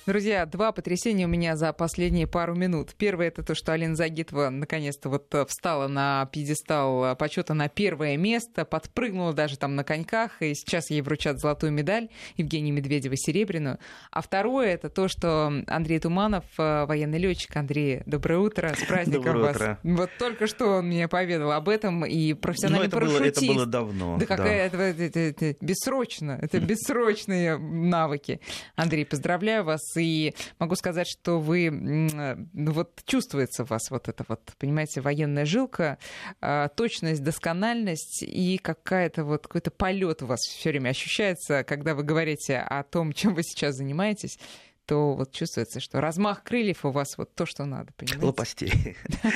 Друзья, два потрясения у меня за последние пару минут. Первое — это то, что Алина Загитова наконец-то вот встала на пьедестал почета на первое место, подпрыгнула даже там на коньках, и сейчас ей вручат золотую медаль, Евгении Медведевой серебряную. А второе — это то, что Андрей Туманов, военный летчик. Андрей, доброе утро, с праздником доброе вас. Утро. Вот только что он мне поведал об этом, и профессиональный парашютист. Это было давно. Да какая это бессрочно, это бессрочные навыки. Андрей, поздравляю вас. И могу сказать, что вы, вот чувствуется в вас вот это вот, понимаете, военная жилка, точность, доскональность и какой-то полет у вас все время ощущается, когда вы говорите о том, чем вы сейчас занимаетесь. То вот чувствуется, что размах крыльев у вас вот то, что надо, понимаете? Лопастей.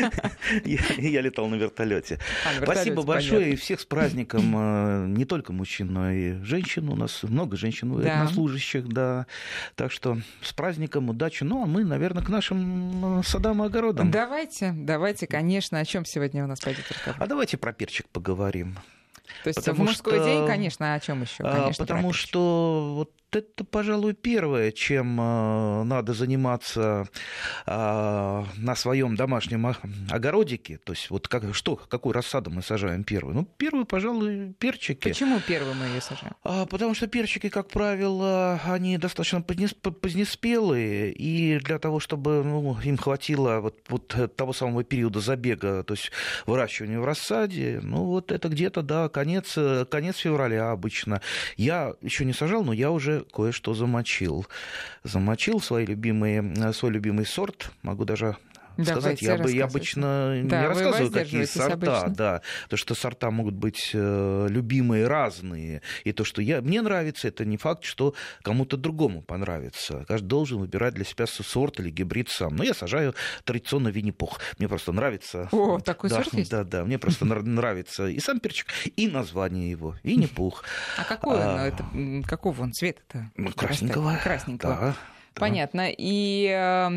Я летал на вертолете. Спасибо большое, и всех с праздником, не только мужчин, но и женщин. У нас много женщин военнослужащих, да. Так что с праздником, удачи. Ну, а мы, наверное, к нашим садам и огородам. Давайте, конечно. О чем сегодня у нас пойдет разговор? А давайте про перчик поговорим. То есть в мужской день, конечно, о чем еще? Потому что вот это, пожалуй, первое, чем надо заниматься на своем домашнем огородике. То есть вот какую рассаду мы сажаем первую? Ну, первую, пожалуй, перчики. Почему первую мы ее сажаем? Потому что перчики, как правило, они достаточно позднеспелые, и для того, чтобы им хватило вот того самого периода забега, то есть выращивания в рассаде, вот это где-то, да, конец февраля обычно. Я еще не сажал, но я уже кое-что замочил. Замочил свой любимый сорт. Могу даже сказать, я обычно не рассказываю, какие сорта, да, потому что сорта могут быть любимые, разные, и то, что мне нравится, это не факт, что кому-то другому понравится. Каждый должен выбирать для себя сорт или гибрид сам. Но я сажаю традиционно Винни-Пух. Мне просто нравится. О, такой сорт есть? Да, мне просто нравится и сам перчик, и название его, Винни-Пух. А какого он цвета-то? Красненького. Да. Понятно. И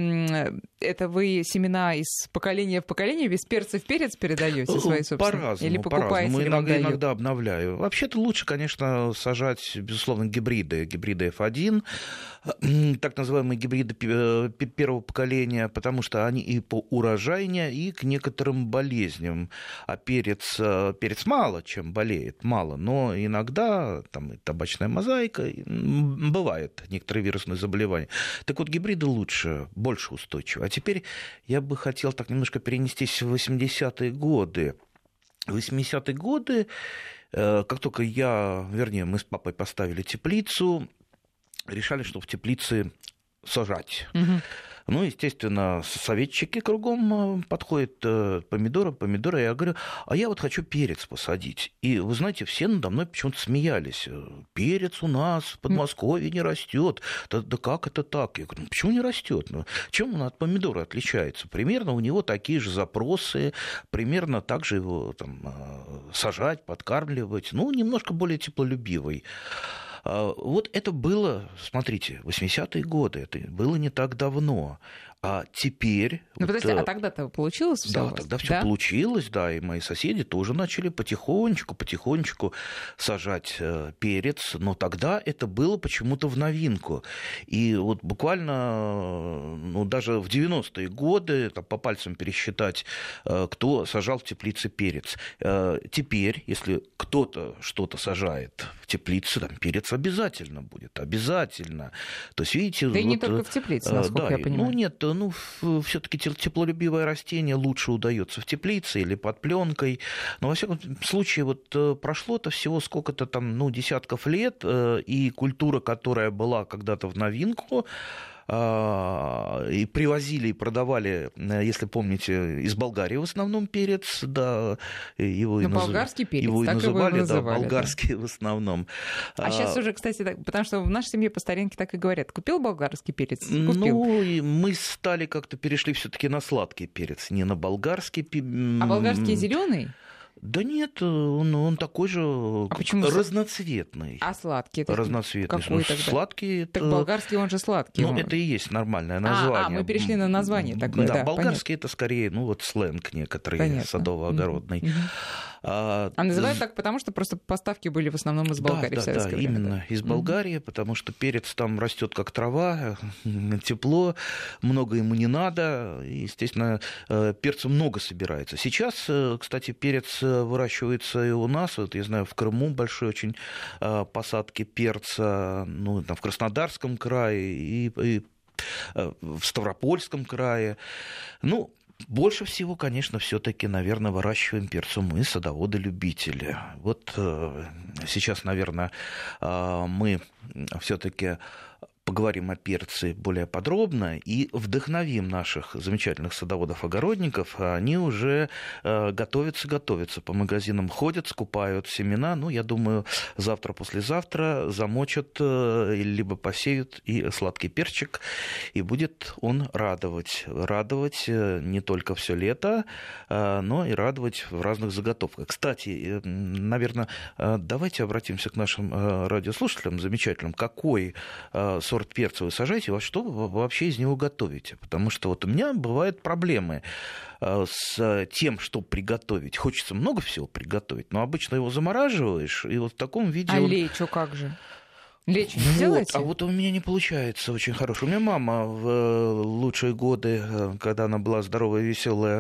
это вы семена из поколения в поколение, без перца в перец передаете свои собственные? По-разному. Или покупаете? Иногда обновляю. Вообще-то лучше, конечно, сажать, безусловно, гибриды F1, так называемые гибриды первого поколения, потому что они и по урожайнее, и к некоторым болезням. А перец мало чем болеет, но иногда там и табачная мозаика, бывает некоторые вирусные заболевания. Так вот, гибриды лучше, больше устойчивы. А теперь я бы хотел так немножко перенестись в 80-е годы. В 80-е годы, как только мы с папой поставили теплицу, решали, что в теплице сажать. Ну, естественно, советчики кругом подходят, помидоры. Я говорю, а я вот хочу перец посадить. И, вы знаете, все надо мной почему-то смеялись. Перец у нас в Подмосковье не растет. Да как это так? Я говорю, почему не растет? Чем он от помидора отличается? Примерно у него такие же запросы, примерно так же его сажать, подкармливать. Немножко более теплолюбивый. Вот это было, смотрите, 80-е годы, это было не так давно. А теперь... Подожди, а тогда-то получилось всё? Да, тогда все получилось, да, и мои соседи тоже начали потихонечку сажать перец, но тогда это было почему-то в новинку. И вот буквально, даже в 90-е годы, по пальцам пересчитать, кто сажал в теплице перец. Теперь, если кто-то что-то сажает в теплице, там перец обязательно будет, обязательно. То есть, видите... Да и не только в теплице, насколько я понимаю. Нет, все-таки теплолюбивое растение лучше удается в теплице или под пленкой. Но, во всяком случае, прошло-то всего сколько-то десятков лет, и культура, которая была когда-то в новинку, и привозили и продавали, если помните, из Болгарии в основном перец, да, болгарский перец, его так называли, его называли, болгарский в основном. А сейчас уже, кстати, потому что в нашей семье по старинке так и говорят: купил болгарский перец? Купил. И мы перешли все-таки на сладкий перец, не на болгарский. А болгарский зеленый? Да нет, он такой же разноцветный. А сладкий? Разноцветный. Какой тогда? Сладкий. Так болгарский, он же сладкий. Ну, это и есть нормальное название. Мы перешли на название такое. Да, болгарский это скорее, сленг некоторый, садово-огородный. Называют так, потому что просто поставки были в основном из Болгарии в советское время. Именно из Болгарии, потому что перец там растет как трава, тепло, много ему не надо, и, естественно, перца много собирается. Сейчас, кстати, перец выращивается и у нас, вот я знаю, в Крыму большие очень посадки перца, там в Краснодарском крае и в Ставропольском крае. Больше всего, конечно, все-таки, наверное, выращиваем перцу мы, садоводы-любители. Вот сейчас, наверное, мы все-таки поговорим о перце более подробно и вдохновим наших замечательных садоводов-огородников. Они уже готовятся, по магазинам ходят, скупают семена. Я думаю, завтра-послезавтра замочат, либо посеют и сладкий перчик, и будет он радовать не только все лето, но и радовать в разных заготовках. Кстати, наверное, давайте обратимся к нашим радиослушателям замечательным. Какой сорт перца вы сажаете, что вы вообще из него готовите? Потому что вот у меня бывают проблемы с тем, что приготовить. Хочется много всего приготовить, но обычно его замораживаешь, и вот в таком виде... А лечо как же? Лечо не делаете? А вот у меня не получается очень хорошо. У меня мама в лучшие годы, когда она была здоровая и веселая,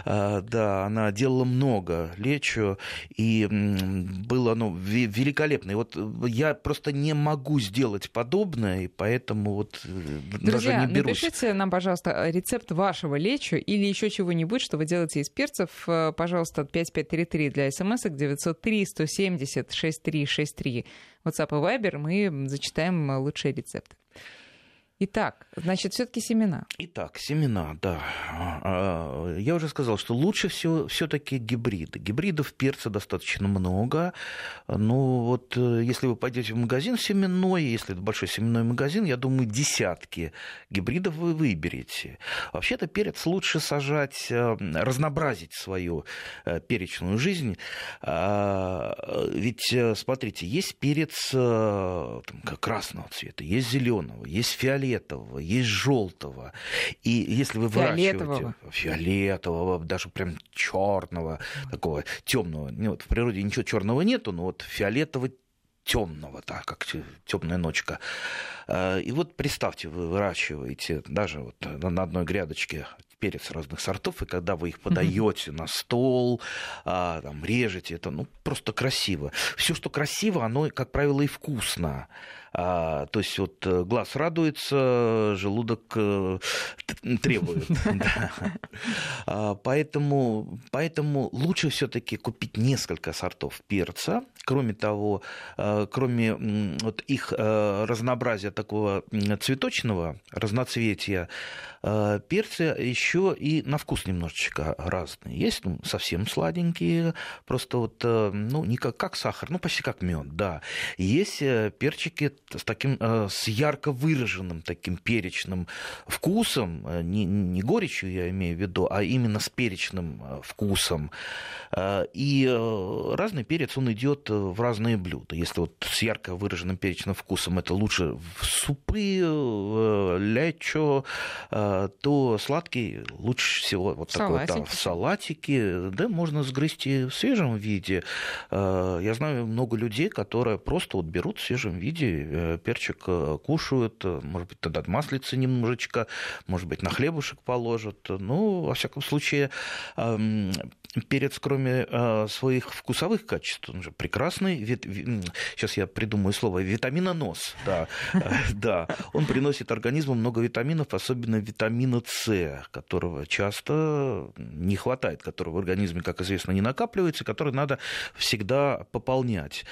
она делала много лечо, и было оно великолепно. И вот я просто не могу сделать подобное, и поэтому Друзья, даже не берусь. Напишите нам, пожалуйста, рецепт вашего лечо или еще чего-нибудь, что вы делаете из перцев. Пожалуйста, 5533 для смс-ок, 903-170-6363. WhatsApp и Viber, мы зачитаем лучшие рецепты. Итак, значит, все-таки семена. Семена, да. Я уже сказал, что лучше всего все-таки гибриды. Гибридов перца достаточно много. Если вы пойдете в магазин семенной, если это большой семенной магазин, я думаю, десятки гибридов вы выберете. Вообще-то перец лучше сажать, разнообразить свою перечную жизнь. Ведь, смотрите, есть перец красного цвета, есть зеленого, есть фиолетового, есть желтого. И если вы выращиваете фиолетового, даже прям черного, такого темного, в природе ничего черного нету, но фиолетово темного, как темная ночка. И представьте, вы выращиваете даже на одной грядочке перец разных сортов, и когда вы их подаете на стол, режете, это просто красиво. Все, что красиво, оно, как правило, и вкусно. То есть глаз радуется, желудок требует. Поэтому лучше все-таки купить несколько сортов перца. Кроме того, кроме их разнообразия такого цветочного, разноцветия, перцы еще и на вкус немножечко разные. Есть совсем сладенькие, просто не как сахар, почти как мед, да. Есть перчики с ярко выраженным таким перечным вкусом, не горечью я имею в виду, а именно с перечным вкусом. И разный перец, он идет в разные блюда. Если с ярко выраженным перечным вкусом это лучше в супы, лечо, то сладкий лучше всего в салатике. Да, можно сгрызть и в свежем виде. Я знаю много людей, которые просто берут в свежем виде перчик, кушают, может быть, тогда маслица немножечко, может быть, на хлебушек положат. Во всяком случае, перец, кроме своих вкусовых качеств, он же прекрасный. Сейчас я придумаю слово. Витаминонос. Да. Он приносит организму много витаминов, особенно витамина С, которого часто не хватает, которого в организме, как известно, не накапливается, который надо всегда пополнять.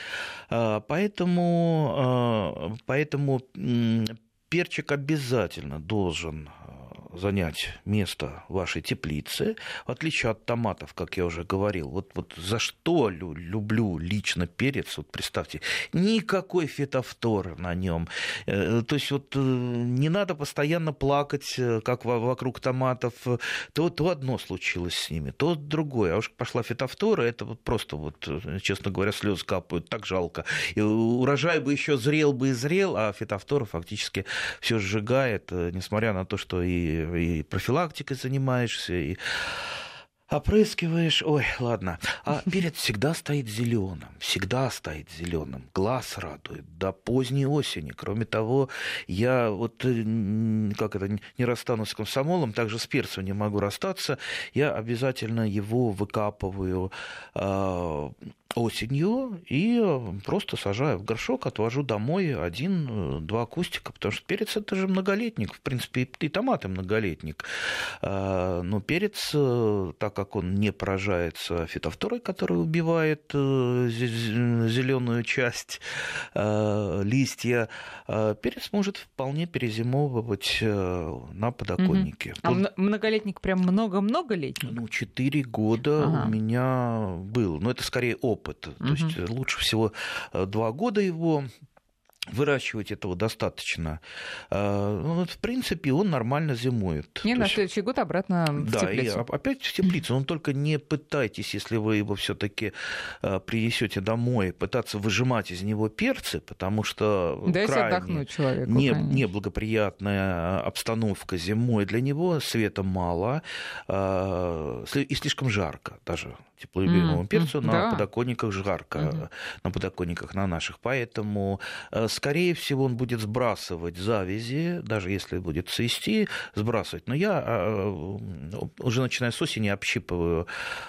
Поэтому перчик обязательно должен занять место в вашей теплице, в отличие от томатов, как я уже говорил. Вот за что люблю лично перец, вот представьте, никакой фитофторы на нем. То есть не надо постоянно плакать, как вокруг томатов. То одно случилось с ними, то другое. А уж пошла фитофтора, это просто, честно говоря, слезы капают, так жалко. И урожай бы еще зрел, а фитофтора фактически все сжигает, несмотря на то, что и профилактикой занимаешься, и опрыскиваешь. Ой, ладно. А перец всегда стоит зеленым. Глаз радует до поздней осени. Кроме того, я не расстанусь с комсомолом, также с перцем не могу расстаться. Я обязательно его выкапываю осенью и просто сажаю в горшок, отвожу домой 1-2 кустика, потому что перец — это же многолетник, в принципе, и томаты многолетник. Но перец, так как он не поражается фитофторой, которая убивает зеленую часть листья, перец может вполне перезимовывать на подоконнике. А многолетник прям много-многолетний? 4 года у меня был. Но это скорее опыт. То есть лучше всего 2 года его выращивать, этого достаточно. В принципе, он нормально зимует. На следующий год обратно в теплицу. Да, и опять в теплицу. Но только не пытайтесь, если вы его все-таки принесете домой, пытаться выжимать из него перцы, потому что крайне неблагоприятная обстановка зимой для него, света мало и слишком жарко даже. Теплолюбивому перцу на подоконниках жарко, на подоконниках на наших. Поэтому, скорее всего, он будет сбрасывать завязи, даже если будет цвести, сбрасывать. Но я уже начиная с осени общипываю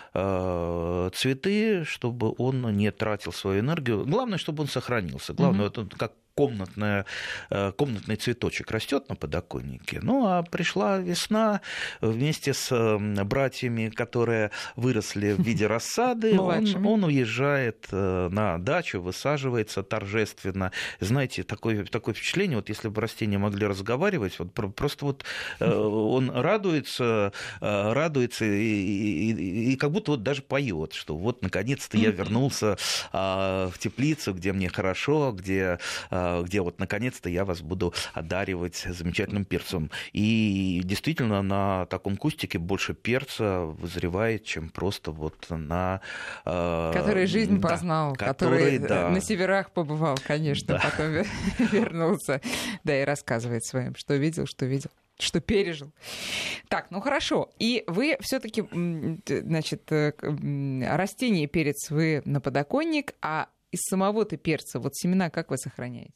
цветы, чтобы он не тратил свою энергию. Главное, чтобы он сохранился. Главное, это как комнатный цветочек растет на подоконнике. А пришла весна, вместе с братьями, которые выросли в виде рассады, он уезжает на дачу, высаживается торжественно. Знаете, такое впечатление, если бы растения могли разговаривать, просто он радуется и как будто даже поет, что наконец-то я вернулся в теплицу, где мне хорошо, где наконец-то я вас буду одаривать замечательным перцем. И действительно, на таком кустике больше перца вызревает, чем просто на... Который жизнь познал, который на северах побывал, конечно, потом вернулся. Да, и рассказывает своим, что видел, что пережил. Так, хорошо. И вы все-таки, растение перец вы на подоконник, а из самого-то перца, семена как вы сохраняете?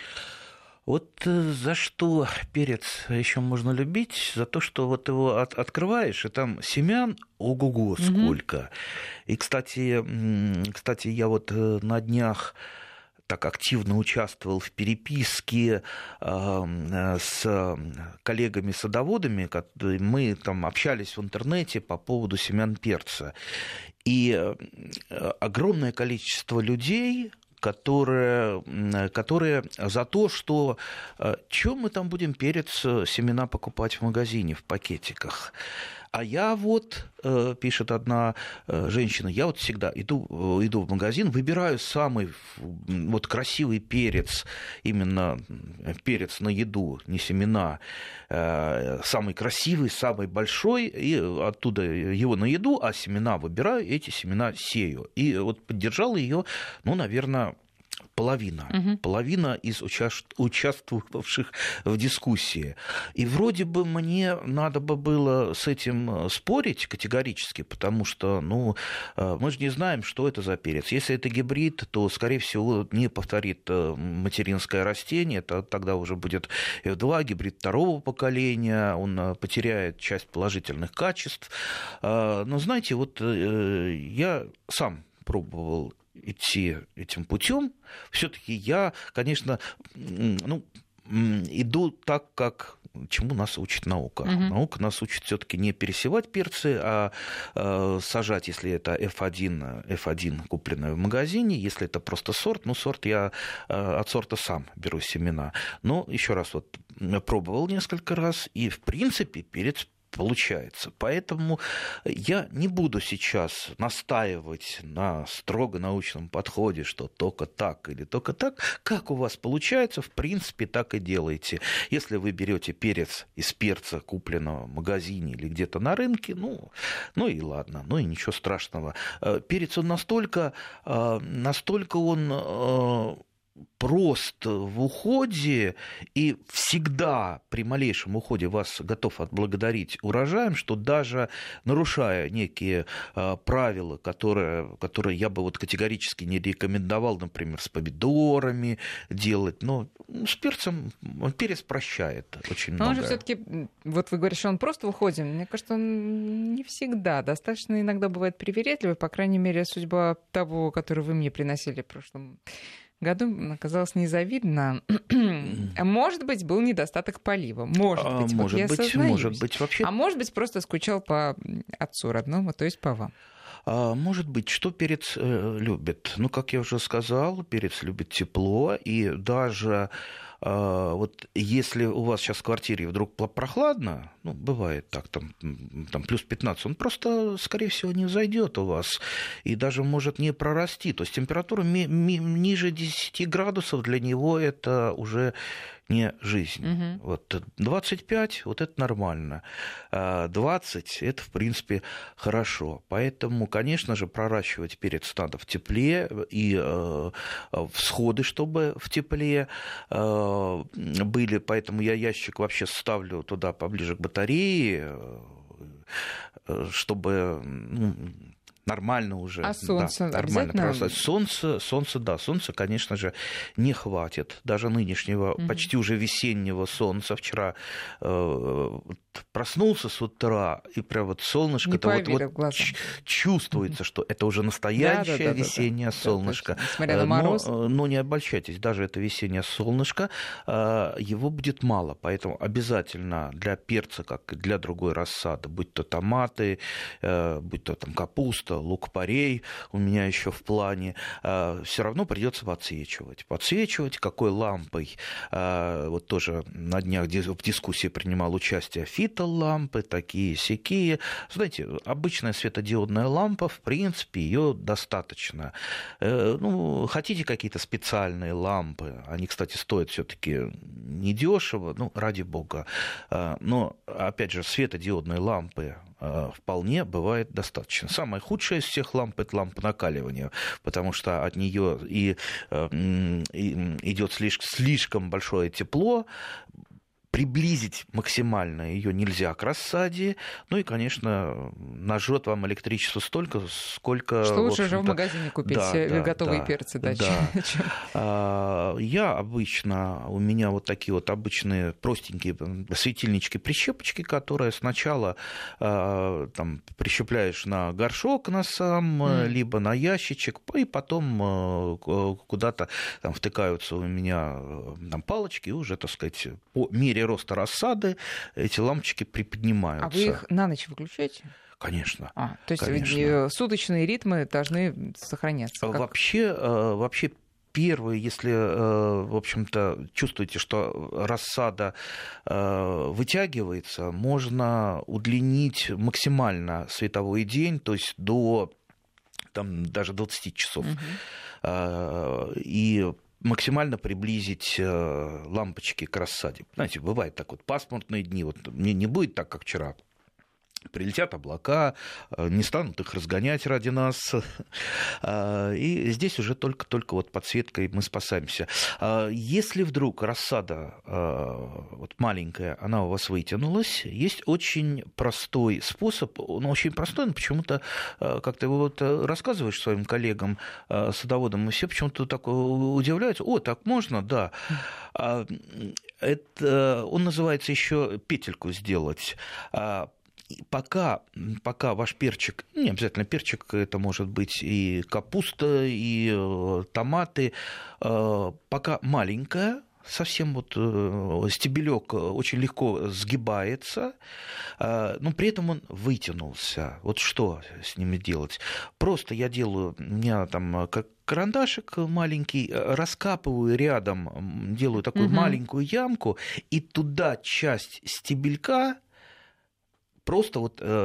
За что перец еще можно любить? За то, что его открываешь, и там семян ого-го сколько. И, кстати, я на днях так активно участвовал в переписке с коллегами-садоводами, мы там общались в интернете по поводу семян перца. И огромное количество людей, которые за то, что чем мы там будем перец, семена покупать в магазине в пакетиках. А я пишет одна женщина, я всегда иду в магазин, выбираю самый красивый перец, именно перец на еду, не семена, самый красивый, самый большой, и оттуда его на еду, а семена выбираю, эти семена сею. И поддержала ее, наверное, половина из участвовавших в дискуссии. И вроде бы мне надо было с этим спорить категорически, потому что мы же не знаем, что это за перец. Если это гибрид, то, скорее всего, не повторит материнское растение, тогда уже будет F2, гибрид второго поколения, он потеряет часть положительных качеств. Но, знаете, я сам пробовал идти этим путем. Все-таки я, конечно, иду так, как чему нас учит наука. Наука нас учит все-таки не пересевать перцы, а сажать, если это F1 купленное в магазине, если это просто сорт, сорт я от сорта сам беру семена. Но еще раз пробовал несколько раз, и в принципе перец получается. Поэтому я не буду сейчас настаивать на строго научном подходе, что только так или только так. Как у вас получается, в принципе, так и делайте. Если вы берете перец из перца, купленного в магазине или где-то на рынке, ну и ладно, и ничего страшного. Перец, он настолько он прост в уходе, и всегда при малейшем уходе вас готов отблагодарить урожаем, что даже нарушая некие правила, которые я бы вы рекомендовал, например, с помидорами делать, но с перцем перец прощает очень много. Но он же все-таки, вот вы говорите, что он просто в уходе. Мне кажется, он не всегда. Достаточно иногда бывает привередливый, по крайней мере, судьба того, который вы мне приносили в прошлом году, оказалось незавидно. Может быть, был недостаток полива. Может быть, вообще. А может быть, просто скучал по отцу родному, то есть по вам. Может быть, что перец любит? Как я уже сказал, перец любит тепло, и даже если у вас сейчас в квартире вдруг прохладно, бывает так, там плюс 15, он просто, скорее всего, не взойдет у вас и даже может не прорасти. То есть температура ниже 10 градусов для него это уже не жизнь. 25 это нормально, 20 это, в принципе, хорошо. Поэтому, конечно же, проращивать перец надо в тепле, и всходы, чтобы в тепле были. Поэтому я ящик вообще ставлю туда поближе к батарее, чтобы нормально уже. А солнце нормально. Солнце, конечно же, не хватит. Даже нынешнего, почти уже весеннего солнца. Вчера проснулся с утра, и прям солнышко-то чувствуется, что это уже настоящее весеннее солнышко. Несмотря на мороз. Но не обольщайтесь, даже это весеннее солнышко, его будет мало. Поэтому обязательно для перца, как и для другой рассады, будь то томаты, будь то капуста, лук-порей у меня еще в плане, все равно придется подсвечивать. Подсвечивать какой лампой? Вот тоже на днях в дискуссии принимал участие фитолампы, такие-сякие. Знаете, обычная светодиодная лампа, в принципе, ее достаточно. Хотите какие-то специальные лампы? Они, кстати, стоят все-таки недешево, ради бога. Но, опять же, светодиодные лампы вполне бывает достаточно. Самая худшая из всех ламп – это лампа накаливания, потому что от нее идет слишком большое тепло. Приблизить максимально ее нельзя к рассаде. И, конечно, нажжет вам электричество столько, сколько... Что лучше же в магазине купить готовые перцы. Я обычно, у меня вот такие вот обычные простенькие светильнички-прищепочки, которые сначала прищепляешь на горшок на сам, либо на ящичек, и потом куда-то втыкаются у меня палочки, и уже, так сказать, по мере роста рассады эти лампочки приподнимаются. А вы их на ночь выключаете? Конечно. То есть суточные ритмы должны сохраняться? Вообще первое, если, в общем-то, чувствуете, что рассада вытягивается, можно удлинить максимально световой день, то есть до даже 20 часов. И максимально приблизить лампочки к рассаде. Знаете, бывает так пасмурные дни, не будет так, как вчера. Прилетят облака, не станут их разгонять ради нас. И здесь уже только подсветкой мы спасаемся. Если вдруг рассада маленькая, она у вас вытянулась, есть очень простой способ, очень простой, но почему-то, как ты рассказываешь своим коллегам, садоводам, и все почему-то так удивляются. Так можно, да. Он называется еще петельку сделать. Пока ваш перчик, не обязательно перчик, это может быть и капуста, и томаты, пока маленькая, совсем вот стебелек очень легко сгибается, но при этом он вытянулся. Вот что с ними делать? Просто я делаю, у меня там как карандашик маленький, раскапываю рядом, делаю такую маленькую ямку, и туда часть стебелька просто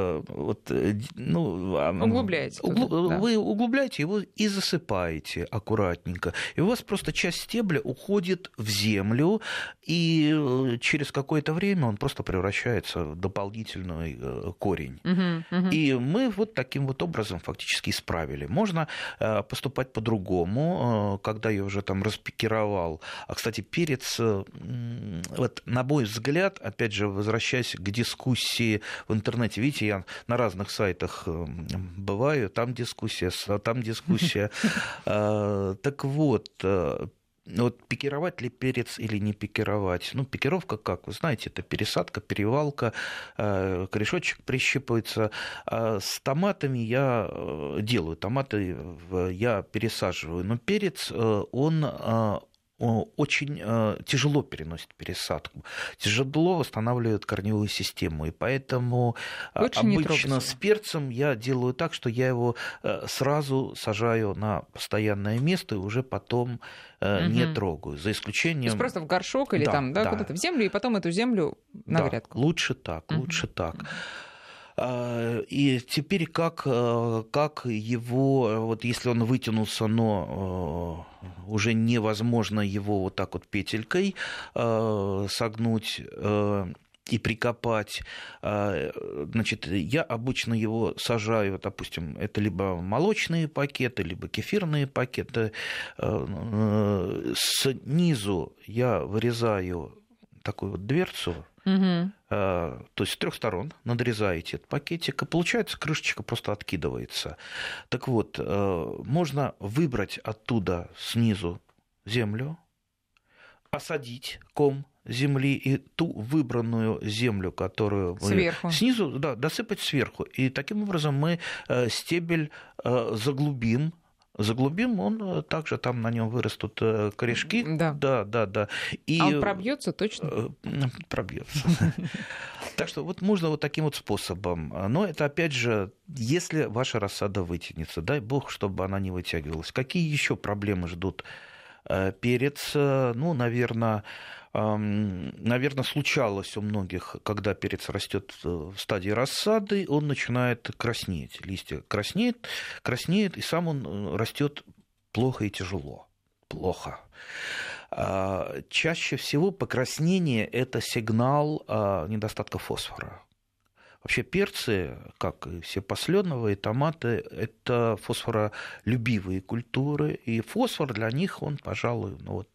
углубляете. Вы углубляете его и засыпаете аккуратненько. И у вас просто часть стебля уходит в землю, и через какое-то время он просто превращается в дополнительный корень. И мы вот таким вот образом фактически исправили. Можно поступать по-другому, когда я уже там распикировал. А, кстати, перец, вот, на мой взгляд, опять же, возвращаясь к дискуссии в интернете, видите, я на разных сайтах бываю, там дискуссия, там дискуссия. Так вот, пикировать ли перец или не пикировать? Ну, пикировка как? Вы знаете, это пересадка, перевалка, корешочек прищипывается. С томатами я делаю, томаты я пересаживаю, но перец, он очень тяжело переносит пересадку, тяжело восстанавливает корневую систему, и поэтому лучше обычно с перцем я делаю так, что я его сразу сажаю на постоянное место и уже потом не трогаю, за исключением... То есть просто в горшок или куда-то в землю, и потом эту землю на грядку. Лучше так. И теперь как его, вот если он вытянулся, но уже невозможно его вот так вот петелькой согнуть и прикопать, значит, я обычно его сажаю, допустим, это либо молочные пакеты, либо кефирные пакеты. Снизу я вырезаю такую вот дверцу, то есть с 3 сторон надрезаете этот пакетик, и получается, крышечка просто откидывается. Так вот, можно выбрать оттуда снизу землю, осадить ком земли и ту выбранную землю, которую сверху. Снизу, досыпать сверху. И таким образом мы стебель заглубим, он также там на нем вырастут корешки. Да. И он пробьется точно? Пробьется. Так что вот можно вот таким вот способом. Но это, опять же, если ваша рассада вытянется, дай бог, чтобы она не вытягивалась. Какие еще проблемы ждут перец? Ну, наверное, случалось у многих, когда перец растет в стадии рассады, он начинает краснеть. Листья краснеют, и сам он растет плохо и тяжело. Плохо. Чаще всего покраснение – это сигнал недостатка фосфора. Вообще перцы, как и все посленовые, томаты – это фосфоролюбивые культуры, и фосфор для них, он, пожалуй,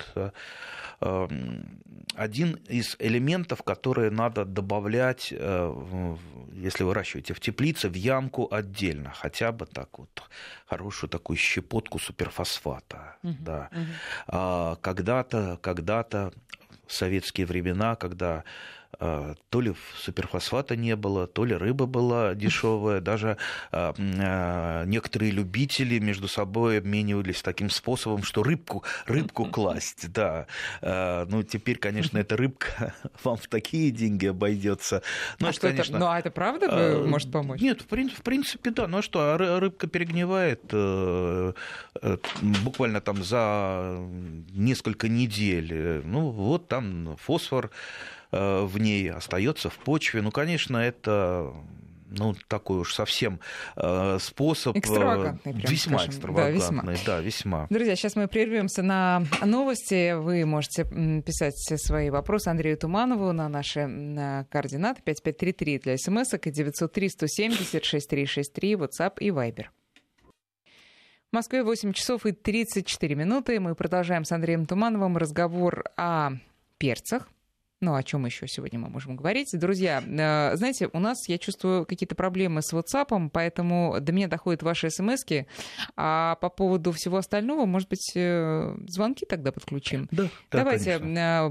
один из элементов, которые надо добавлять, если выращиваете в теплице, в ямку отдельно, хотя бы так вот, хорошую такую щепотку суперфосфата. Да. Когда-то, в советские времена, когда то ли суперфосфата не было, то ли рыба была дешевая, даже некоторые любители между собой обменивались таким способом, что рыбку класть, да. Ну, теперь, конечно, эта рыбка вам в такие деньги обойдется. Ну, конечно... Ну, а это правда может помочь? Нет, в принципе, да. Ну, а что, рыбка перегнивает буквально там за несколько недель. Ну, вот там фосфор в ней остается в почве. Ну, конечно, это такой уж совсем способ экстравагантный, весьма скажем. Экстравагантный. Да, весьма. Друзья, сейчас мы прервемся на новости. Вы можете писать свои вопросы Андрею Туманову на наши координаты 5533 для смс-ок и 903-170-6363, WhatsApp и Viber. В Москве 8 часов и 34 минуты. Мы продолжаем с Андреем Тумановым разговор о перцах. Ну, о чем еще сегодня мы можем говорить? Друзья, знаете, у нас, я чувствую, какие-то проблемы с WhatsApp, поэтому до меня доходят ваши смски. А по поводу всего остального, может быть, звонки тогда подключим? Да, давайте, конечно.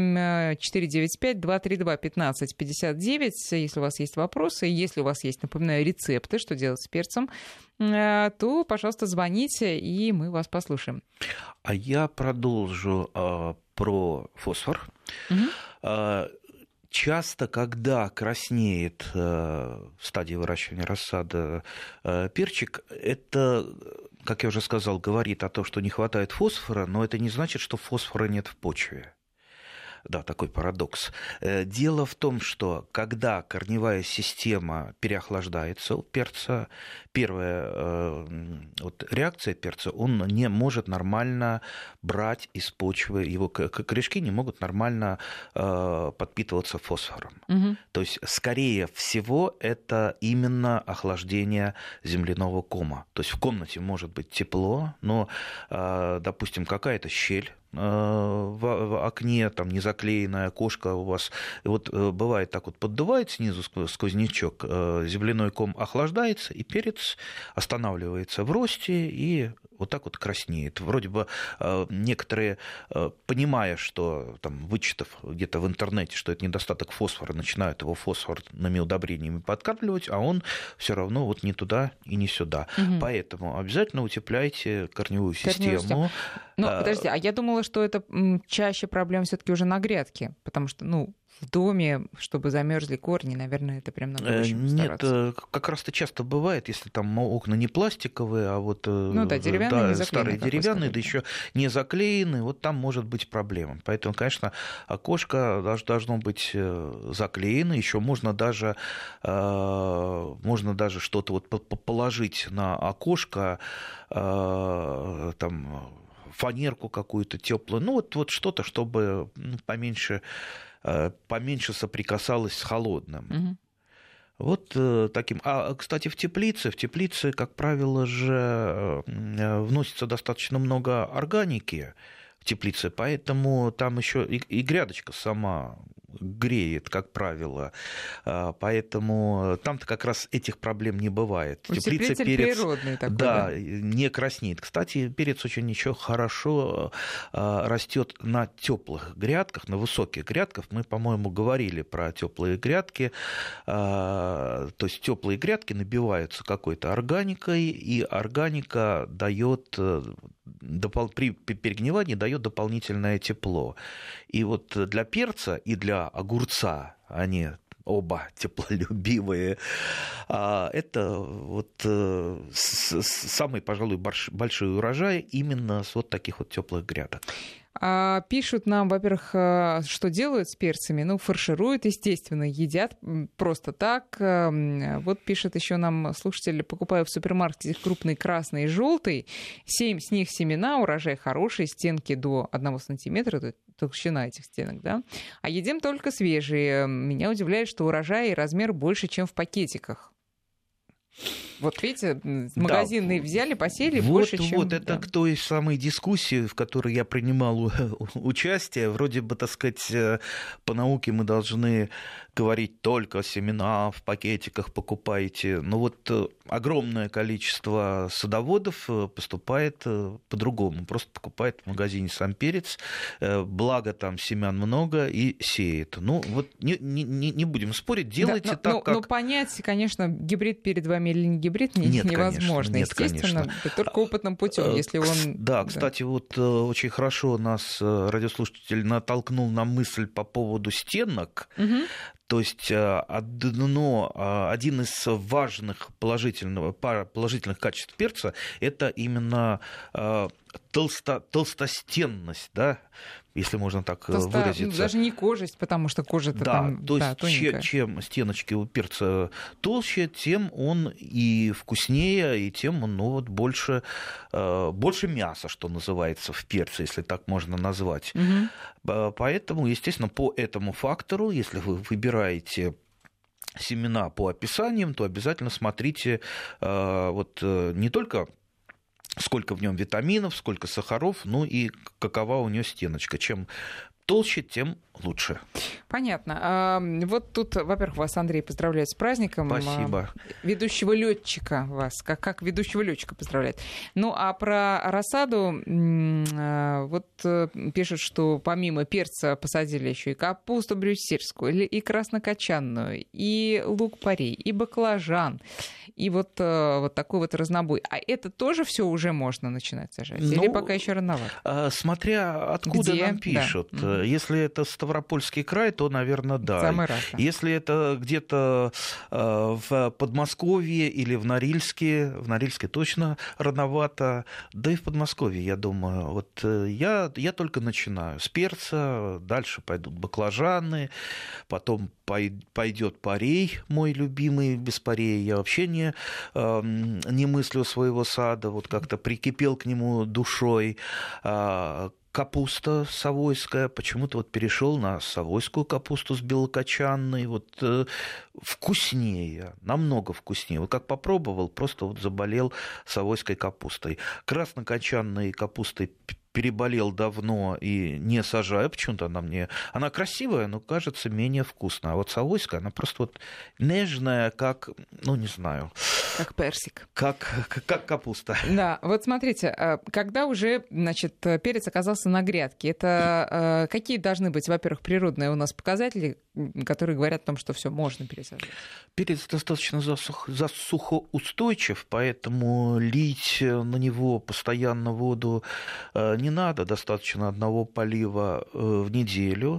8-495-232-15-59, если у вас есть вопросы, если у вас есть, напоминаю, рецепты, что делать с перцем, то, пожалуйста, звоните, и мы вас послушаем. А я продолжу про фосфор. Угу. Часто, когда краснеет в стадии выращивания рассады перчик, это, как я уже сказал, говорит о том, что не хватает фосфора, но это не значит, что фосфора нет в почве. Да, такой парадокс. Дело в том, что когда корневая система переохлаждается у перца, первая реакция перца, он не может нормально брать из почвы, его корешки не могут нормально подпитываться фосфором. Угу. То есть, скорее всего, это именно охлаждение земляного кома. То есть в комнате может быть тепло, но, допустим, какая-то щель в окне, там незаклеенное окошко у вас, и вот бывает так вот, поддувает снизу сквознячок, земляной ком охлаждается, и перец останавливается в росте и вот так вот краснеет. Вроде бы некоторые, понимая, что, там, вычитав где-то в интернете, что это недостаток фосфора, начинают его фосфорными удобрениями подкармливать, а он все равно вот не туда и не сюда. Угу. Поэтому обязательно утепляйте корневую систему. Но подожди, а я думала, что это чаще проблема все-таки уже на грядке, потому что, в доме, чтобы замерзли корни, наверное, это прям надо очень стараться. Нет, как раз-то часто бывает, если там окна не пластиковые, а вот деревянные, да, старые деревянные, да еще не заклеены, вот там может быть проблема. Поэтому, конечно, окошко должно быть заклеено, еще можно даже что-то вот положить на окошко, там, фанерку какую-то теплую, вот что-то, чтобы поменьше соприкасалось с холодным. Угу. Вот таким. А, кстати, в теплице, как правило, же вносится достаточно много органики в теплице, поэтому там еще и грядочка сама греет, как правило, поэтому там-то как раз этих проблем не бывает. В теплице перец такой, да, не краснеет. Кстати, перец очень еще хорошо растет на теплых грядках, на высоких грядках. Мы, по-моему, говорили про теплые грядки. То есть теплые грядки набиваются какой-то органикой, и органика дает при перегнивании дает дополнительное тепло. И вот для перца и для огурца, они оба теплолюбивые, это вот самый, пожалуй, большой урожай именно с вот таких вот теплых грядок. Пишут нам, во-первых, что делают с перцами. Фаршируют, естественно, едят просто так. Вот пишет еще нам слушатель: покупаю в супермаркете крупный красный и желтый, сеем с них семена, урожай хороший, стенки до 1 сантиметра, толщина этих стенок, да. А едим только свежие. Меня удивляет, что урожай и размер больше, чем в пакетиках. Вот видите, магазины взяли, посеяли больше, чем... Вот это к той самой дискуссии, в которой я принимал участие. Вроде бы, так сказать, по науке мы должны говорить только семена в пакетиках покупайте. Но вот огромное количество садоводов поступает по-другому. Просто покупает в магазине сам перец, благо там семян много, и сеет. Вот не будем спорить, делайте да, так, как... Но понять, конечно, гибрид перед вами или не гибрид невозможно. Нет, естественно, конечно. Только опытным путем, если он... Да, кстати, вот очень хорошо нас радиослушатель натолкнул на мысль по поводу стенок. Угу. То есть один из важных положительных качеств перца – это именно толстостенность, да, если можно так выразиться. Даже не кожесть, потому что кожа-то там тоненькая. То есть чем стеночки у перца толще, тем он и вкуснее, и тем он больше мяса, что называется, в перце, если так можно назвать. Угу. Поэтому, естественно, по этому фактору, если вы выбираете семена по описаниям, то обязательно смотрите не только сколько в нем витаминов, сколько сахаров, и какова у нее стеночка. Чем толще, тем лучше. Понятно. Вот тут, во-первых, вас, Андрей, поздравляет с праздником. Спасибо. Ведущего летчика вас, как ведущего летчика поздравляет. Ну, а про рассаду вот пишут, что помимо перца посадили еще и капусту брюссельскую, и краснокочанную, и лук-порей, и баклажан, и вот такой вот разнобой. А это тоже все уже можно начинать сажать? Или пока еще рановато? Смотря откуда нам пишут. Да. Если это Ставропольский край, то, наверное, да. Самый раз, да. Если это где-то в Подмосковье или в Норильске точно рановато, да и в Подмосковье, я думаю. Вот я только начинаю. С перца, дальше пойдут баклажаны, потом пойдет порей, мой любимый. Без порея я вообще не мыслю своего сада, вот как-то прикипел к нему душой. Капуста совойская, почему-то вот перешел на совойскую капусту с белокочанной, вот вкуснее, намного вкуснее. Вот как попробовал, просто вот заболел совойской капустой. Краснокочанной капустой переболел давно и не сажаю, почему-то она красивая, но кажется менее вкусная. А вот совойская, она просто вот нежная, как, не знаю. Как персик. Как капуста. Да, вот смотрите, когда уже, перец оказался на грядке, это какие должны быть, во-первых, природные у нас показатели, которые говорят о том, что все можно пересаживать? Перец достаточно засухоустойчив, поэтому лить на него постоянно воду не надо, достаточно одного полива в неделю.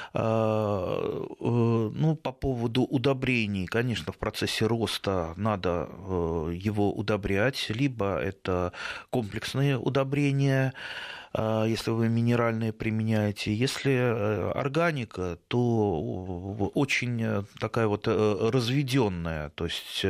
По поводу удобрений, конечно, в процессе роста надо его удобрять, либо это комплексные удобрения, если вы минеральные применяете. Если органика, то очень такая вот разведенная, то есть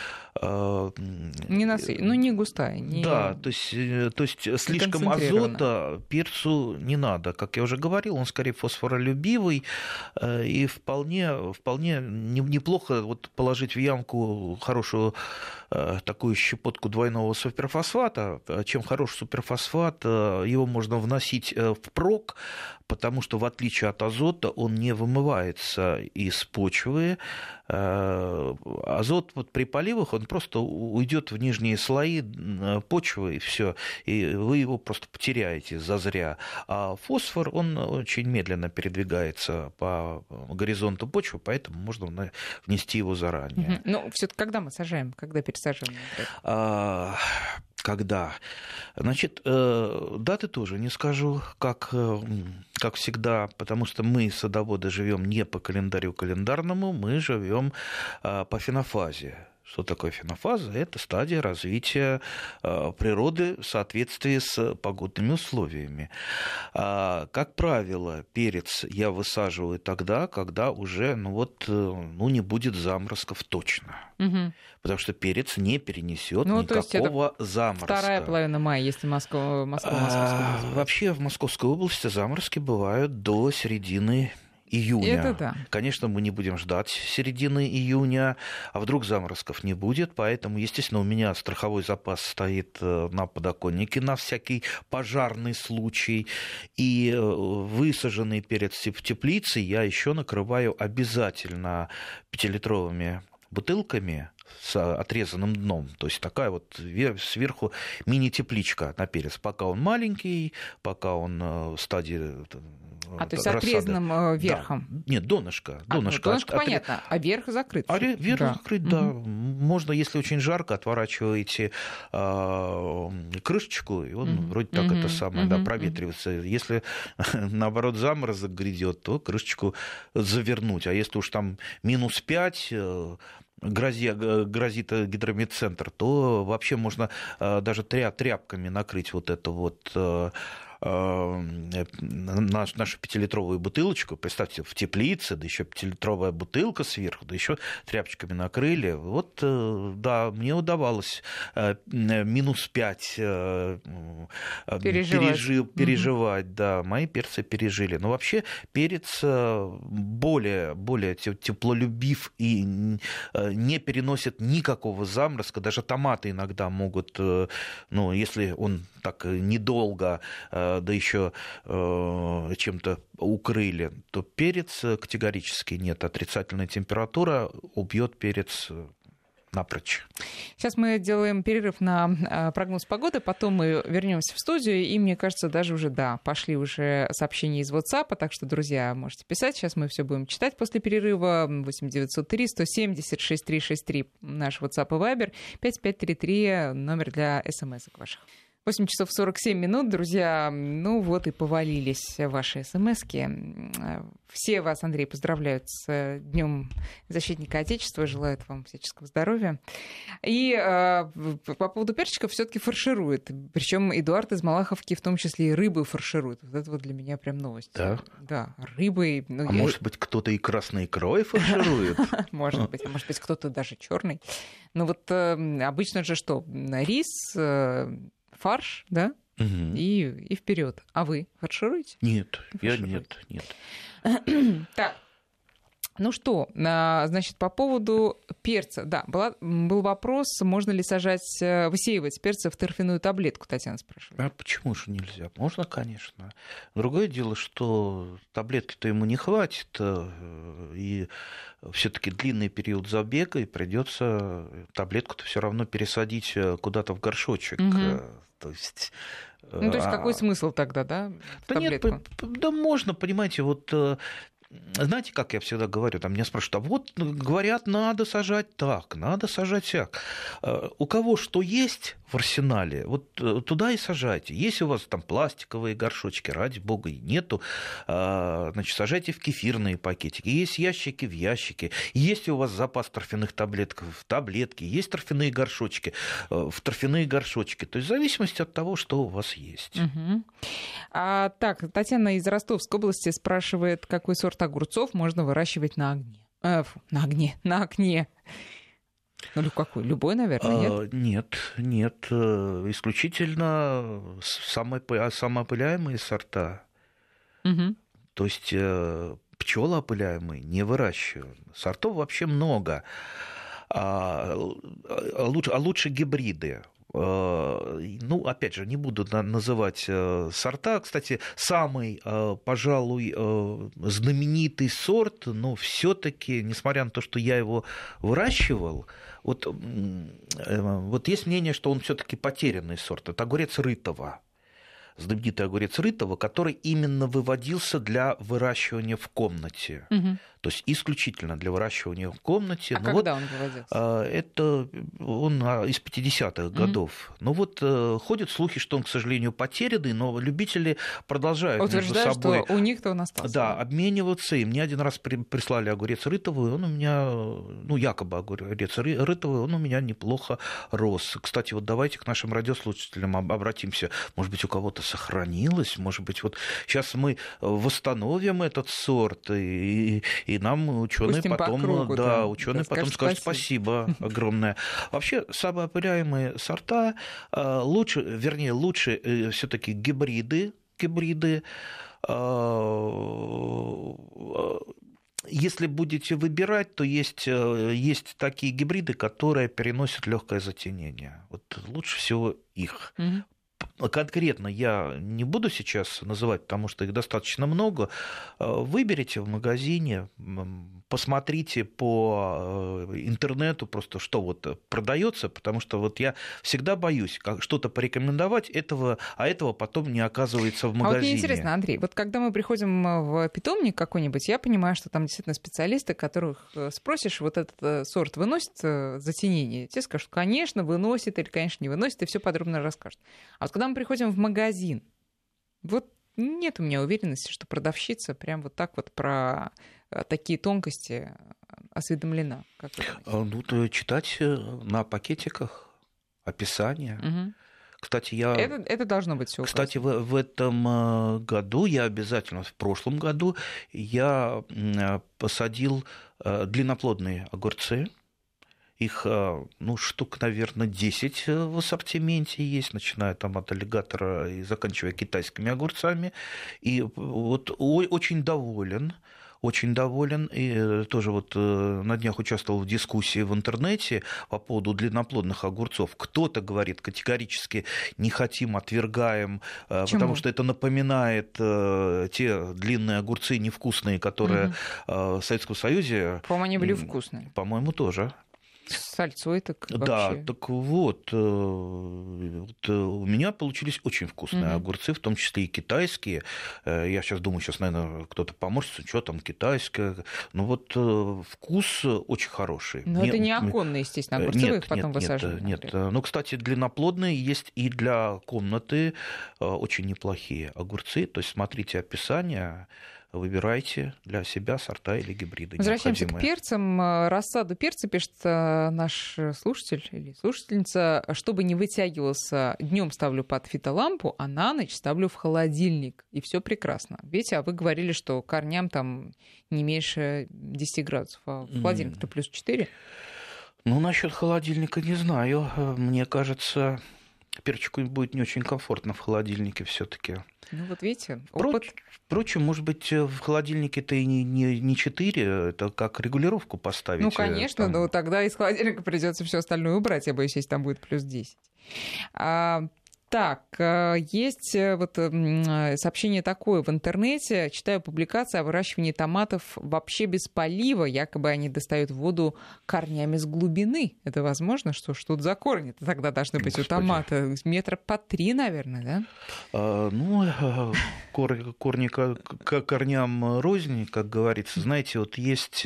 не густая. Да, то есть слишком азота перцу не надо. Как я уже говорил, он скорее фосфоролюбивый, и вполне неплохо вот положить в ямку хорошую такую щепотку двойного суперфосфата. Чем хороший суперфосфат, его можно вносить впрок, потому что в отличие от азота он не вымывается из почвы. Азот вот при поливах он просто уйдет в нижние слои почвы, и все, и вы его просто потеряете зазря. А фосфор, он очень медленно передвигается по горизонту почвы, поэтому можно внести его заранее. Но все-таки когда мы сажаем, когда пересаживаем? Когда? Значит, даты тоже не скажу, как всегда, потому что мы, садоводы, живем не по календарю календарному, мы живем по фенофазе. Что такое фенофаза? Это стадия развития природы в соответствии с погодными условиями. Как правило, перец я высаживаю тогда, когда уже не будет заморозков точно. Угу. Потому что перец не перенесет никакого заморозка. Вторая половина мая, если Москва Московская область. Вообще в Московской области заморозки бывают до середины июня. Это да. Конечно, мы не будем ждать середины июня, а вдруг заморозков не будет, поэтому, естественно, у меня страховой запас стоит на подоконнике на всякий пожарный случай, и высаженный перец в теплице я еще накрываю обязательно 5-литровыми бутылками с отрезанным дном, то есть такая вот сверху мини-тепличка на перец, пока он маленький, пока он в стадии то есть отрезанным верхом? Да. Нет, донышко. Донышко понятно, а верх закрыт. Верх закрыт, да. Можно, если очень жарко, отворачиваете крышечку, и он вроде так это самое, проветривается. Если, наоборот, заморозок грядет, то крышечку завернуть. А если уж там -5 грозит гидрометцентр, то вообще можно даже тряпками накрыть вот это вот нашу 5-литровую бутылочку, представьте, в теплице, да еще 5-литровая бутылка сверху, да еще тряпочками накрыли. Вот, да, мне удавалось -5 переживать, да, мои перцы пережили. Но вообще перец более теплолюбив и не переносит никакого заморозка. Даже томаты иногда могут, если он так недолго да еще чем-то укрыли, то перец категорически нет. Отрицательная температура убьет перец напрочь. Сейчас мы делаем перерыв на прогноз погоды, потом мы вернемся в студию, и, мне кажется, даже уже, пошли уже сообщения из WhatsApp, так что, друзья, можете писать, сейчас мы все будем читать после перерыва. 8903 170 6363 наш WhatsApp и Viber, 5533 номер для смс-ок ваших. 8 часов 47 минут, друзья. Ну вот и повалились ваши смски. Все вас, Андрей, поздравляют с Днем Защитника Отечества, желают вам всяческого здоровья. И по поводу перчиков все-таки фарширует. Причем Эдуард из Малаховки в том числе и рыбы фарширует. Вот это вот для меня прям новость. Да? Да, рыбой. Может быть, кто-то и красной икрой фарширует? Может быть, кто-то даже черный. Но вот обычно же что? Рис, фарш, да? Угу. И вперед. А вы фаршируете? Нет, я нет. Так, ну что, значит, по поводу перца. Да, был вопрос, можно ли высеивать перца в торфяную таблетку, Татьяна спрашивает. А почему же нельзя? Можно, конечно. Другое дело, что таблетки-то ему не хватит, и все-таки длинный период забега, и придется таблетку-то все равно пересадить куда-то в горшочек. Угу. То есть какой смысл тогда, да? Да нет, да можно, понимаете, вот знаете, как я всегда говорю, там меня спрашивают, а вот говорят, надо сажать так, надо сажать сяк. У кого что есть в арсенале, вот туда и сажайте. Если у вас там пластиковые горшочки, ради бога, и нету, значит, сажайте в кефирные пакетики. Есть ящики в ящики. Если у вас запас торфяных таблеток в таблетки, есть торфяные горшочки в торфяные горшочки. То есть в зависимости от того, что у вас есть. Угу. Так, Татьяна из Ростовской области спрашивает, какой сорт огурцов можно выращивать на огне. На окне. Ну, какой? Любой, наверное, нет? Нет. Исключительно самоопыляемые сорта. Угу. То есть пчелоопыляемые не выращиваем. Сортов вообще много. А лучше гибриды. Ну, опять же, не буду называть сорта. Кстати, самый, пожалуй, знаменитый сорт, но все-таки, несмотря на то, что я его выращивал, вот есть мнение, что он все-таки потерянный сорт. Это огурец Рытова. Знаменитый огурец Рытова, который именно выводился для выращивания в комнате. Угу. То есть исключительно для выращивания в комнате. Когда он выводился? Это он из 50-х годов. Но вот ходят слухи, что он, к сожалению, потерянный, но любители продолжают утверждают, между собой... что у них-то он остался. Да, обмениваться. И мне один раз прислали огурец Рытова, и он у меня, якобы огурец Рытова, он у меня неплохо рос. Кстати, вот давайте к нашим радиослушателям обратимся. Может быть, у кого-то сохранилось, может быть, вот сейчас мы восстановим этот сорт, и нам ученые потом, потом скажут спасибо огромное. Вообще, самоопыляемые сорта лучше все-таки гибриды. Если будете выбирать, то есть такие гибриды, которые переносят легкое затенение. Вот лучше всего их. Угу. Конкретно я не буду сейчас называть, потому что их достаточно много. Выберите в магазине, посмотрите по интернету просто, что вот продается, потому что вот я всегда боюсь что-то порекомендовать, этого потом не оказывается в магазине. А вот мне интересно, Андрей, вот когда мы приходим в питомник какой-нибудь, я понимаю, что там действительно специалисты, которых спросишь, вот этот сорт выносит затенение, те скажут, конечно, выносит или, конечно, не выносит, и все подробно расскажут. А вот когда мы приходим в магазин, вот нет у меня уверенности, что продавщица прям вот так вот про такие тонкости осведомлена. Как вы читать на пакетиках описание. Угу. Кстати, это должно быть все. Кстати, в этом году в прошлом году я посадил длинноплодные огурцы. Их, штук, наверное, 10 в ассортименте есть, начиная там от аллигатора и заканчивая китайскими огурцами. И вот очень доволен. очень доволен. И тоже вот на днях участвовал в дискуссии в интернете по поводу длинноплодных огурцов. Кто-то говорит категорически не хотим, отвергаем, потому что это напоминает те длинные огурцы невкусные, которые в Советском Союзе... По-моему, они были вкусные. По-моему, тоже. С сальцой так вообще. Да, так вот, у меня получились очень вкусные огурцы, в том числе и китайские. Я сейчас думаю, наверное, кто-то поморщится, что там китайское. Ну вот вкус очень хороший. Но это не оконные, естественно, огурцы, вы их потом высаживаете. Нет. Ну, кстати, длинноплодные есть и для комнаты очень неплохие огурцы. То есть смотрите описание. Выбирайте для себя сорта или гибриды. Возвращаемся к перцам. Рассаду перца, пишет наш слушатель или слушательница, чтобы не вытягивался, днем ставлю под фитолампу, а на ночь ставлю в холодильник. И все прекрасно. Видите, а вы говорили, что корням там не меньше 10 градусов, а в холодильник-то плюс 4. Ну, насчет холодильника не знаю. Мне кажется, перчику будет не очень комфортно в холодильнике все-таки. Ну вот видите, опыт... Впрочем, может быть, в холодильнике-то и не 4, это как регулировку поставить. Ну, конечно, но тогда из холодильника придется все остальное убрать, я боюсь, если там будет плюс 10. Так, есть вот сообщение такое в интернете. Читаю публикации о выращивании томатов вообще без полива. Якобы они достают воду корнями с глубины. Это возможно? Что-то за корни тогда должны быть у томата? Метра по 3, наверное, да? Ну, корни к корням рознь, как говорится. Знаете, вот есть,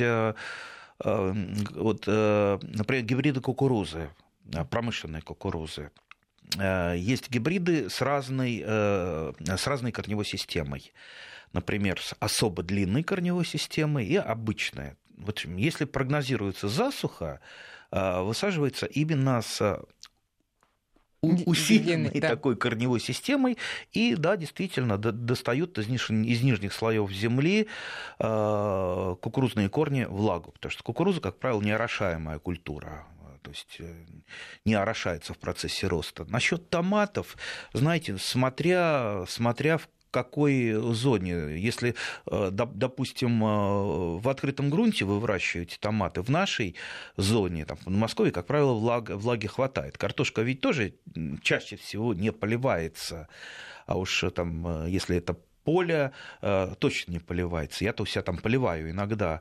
например, гибриды кукурузы, промышленной кукурузы. Есть гибриды с разной корневой системой. Например, с особо длинной корневой системой и обычной. Вот если прогнозируется засуха, высаживается именно с усиленной такой корневой системой, и, да, действительно, достают из нижних слоев земли кукурузные корни влагу, потому что кукуруза, как правило, неорошаемая культура. То есть не орошается в процессе роста. Насчет томатов, знаете, смотря в какой зоне. Если, допустим, в открытом грунте вы выращиваете томаты, в нашей зоне, там, в Подмосковье, как правило, влаги хватает. Картошка ведь тоже чаще всего не поливается. А уж там, если это поле, точно не поливается. Я-то у себя там поливаю иногда.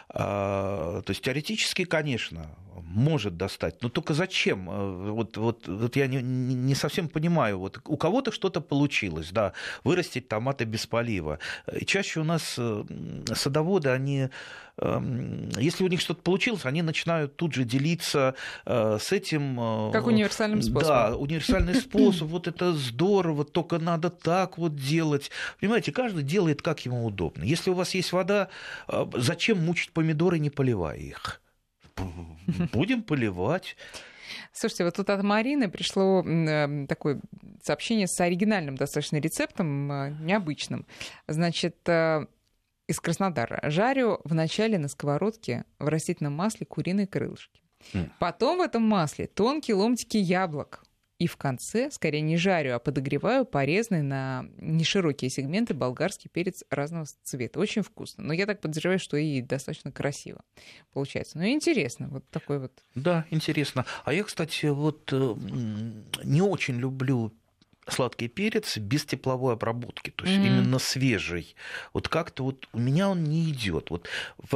То есть теоретически, конечно, может достать. Но только зачем? Вот я не совсем понимаю. Вот у кого-то что-то получилось, да, вырастить томаты без полива. И чаще у нас садоводы, они, если у них что-то получилось, они начинают тут же делиться с этим. Как универсальным способом. Да, универсальный способ. Вот это здорово, только надо так вот делать. Понимаете, каждый делает, как ему удобно. Если у вас есть вода, зачем мучить помидоры, не поливая их? Будем поливать. Слушайте, вот тут от Марины пришло такое сообщение с оригинальным достаточно рецептом, необычным. Значит, из Краснодара. Жарю вначале на сковородке в растительном масле куриные крылышки. Потом в этом масле тонкие ломтики яблок. И в конце, скорее не жарю, а подогреваю порезанный на неширокие сегменты болгарский перец разного цвета. Очень вкусно. Но я так подозреваю, что и достаточно красиво получается. Ну, интересно. Вот такой вот. Да, интересно. А я, кстати, вот не очень люблю сладкий перец без тепловой обработки, то есть именно свежий. Вот как-то вот у меня он не идет. Вот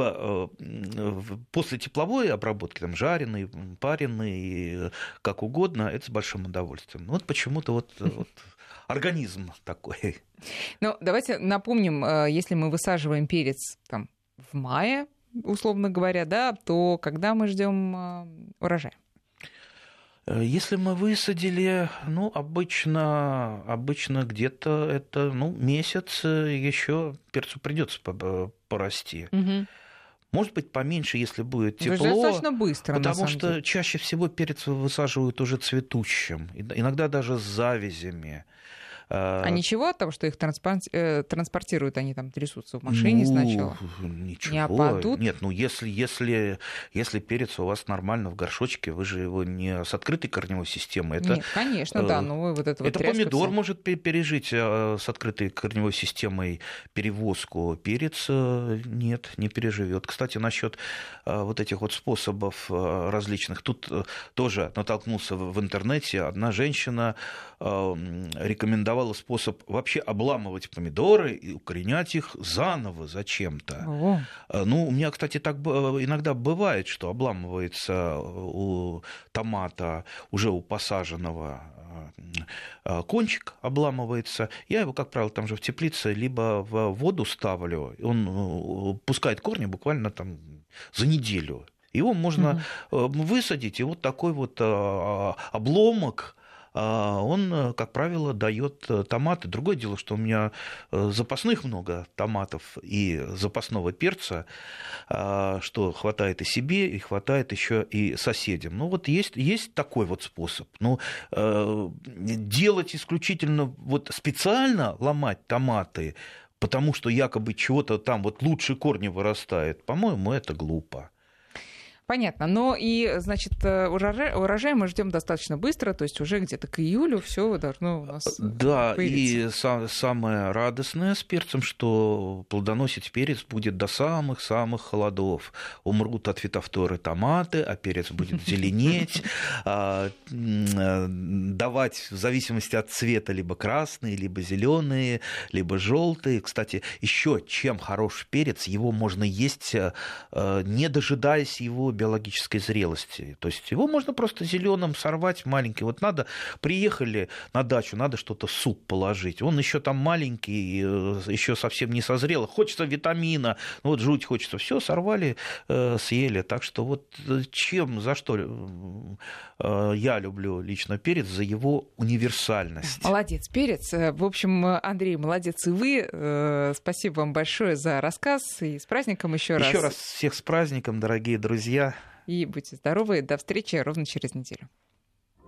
после тепловой обработки, там жареный, пареный, как угодно, это с большим удовольствием. Вот почему-то вот организм такой. Ну, давайте напомним, если мы высаживаем перец там в мае, условно говоря, да, то когда мы ждем урожая? Если мы высадили, ну, обычно где-то это, месяц еще перцу придется порасти. Угу. Может быть, поменьше, если будет тепло. Достаточно быстро, потому что чаще всего перец высаживают уже цветущим, иногда даже с завязями. А ничего от того, что их транспортируют, они там трясутся в машине сначала? Ничего. Не опадут? Нет, если перец у вас нормально в горшочке, вы же его не с открытой корневой системой. Нет, конечно, да. Но вот это помидор может пережить с открытой корневой системой перевозку. Перец нет, не переживет. Кстати, насчет вот этих вот способов различных. Тут тоже натолкнулся в интернете. Одна женщина рекомендовала способ вообще обламывать помидоры и укоренять их заново зачем-то. Ну, у меня, кстати, так иногда бывает, что обламывается у томата, уже у посаженного, кончик обламывается. Я его, как правило, там же в теплице либо в воду ставлю, он пускает корни буквально там за неделю. Его можно высадить, и вот такой вот обломок, он, как правило, дает томаты. Другое дело, что у меня запасных много томатов и запасного перца, что хватает и себе, и хватает еще и соседям. Ну вот есть такой вот способ. Но делать исключительно вот специально ломать томаты, потому что якобы чего-то там вот лучше корни вырастает, по-моему, это глупо. Понятно. Но и, значит, урожай мы ждем достаточно быстро, то есть уже где-то к июлю все должно у нас появиться. И самое радостное с перцем, что плодоносить перец будет до самых-самых холодов. Умрут от фитофторы томаты, а перец будет зеленеть, давать в зависимости от цвета либо красные, либо зеленые, либо желтые. Кстати, еще чем хорош перец, его можно есть, не дожидаясь его биологической зрелости. То есть его можно просто зеленым сорвать, маленький. Вот приехали на дачу, надо что-то в суп положить. Он еще там маленький, еще совсем не созрел. Хочется витамина, вот жуть хочется. Все сорвали, съели. Так что вот за что я люблю лично перец, за его универсальность. Молодец, перец. В общем, Андрей, молодец и вы. Спасибо вам большое за рассказ. И с праздником еще раз. Еще раз всех с праздником, дорогие друзья. И будьте здоровы. До встречи ровно через неделю.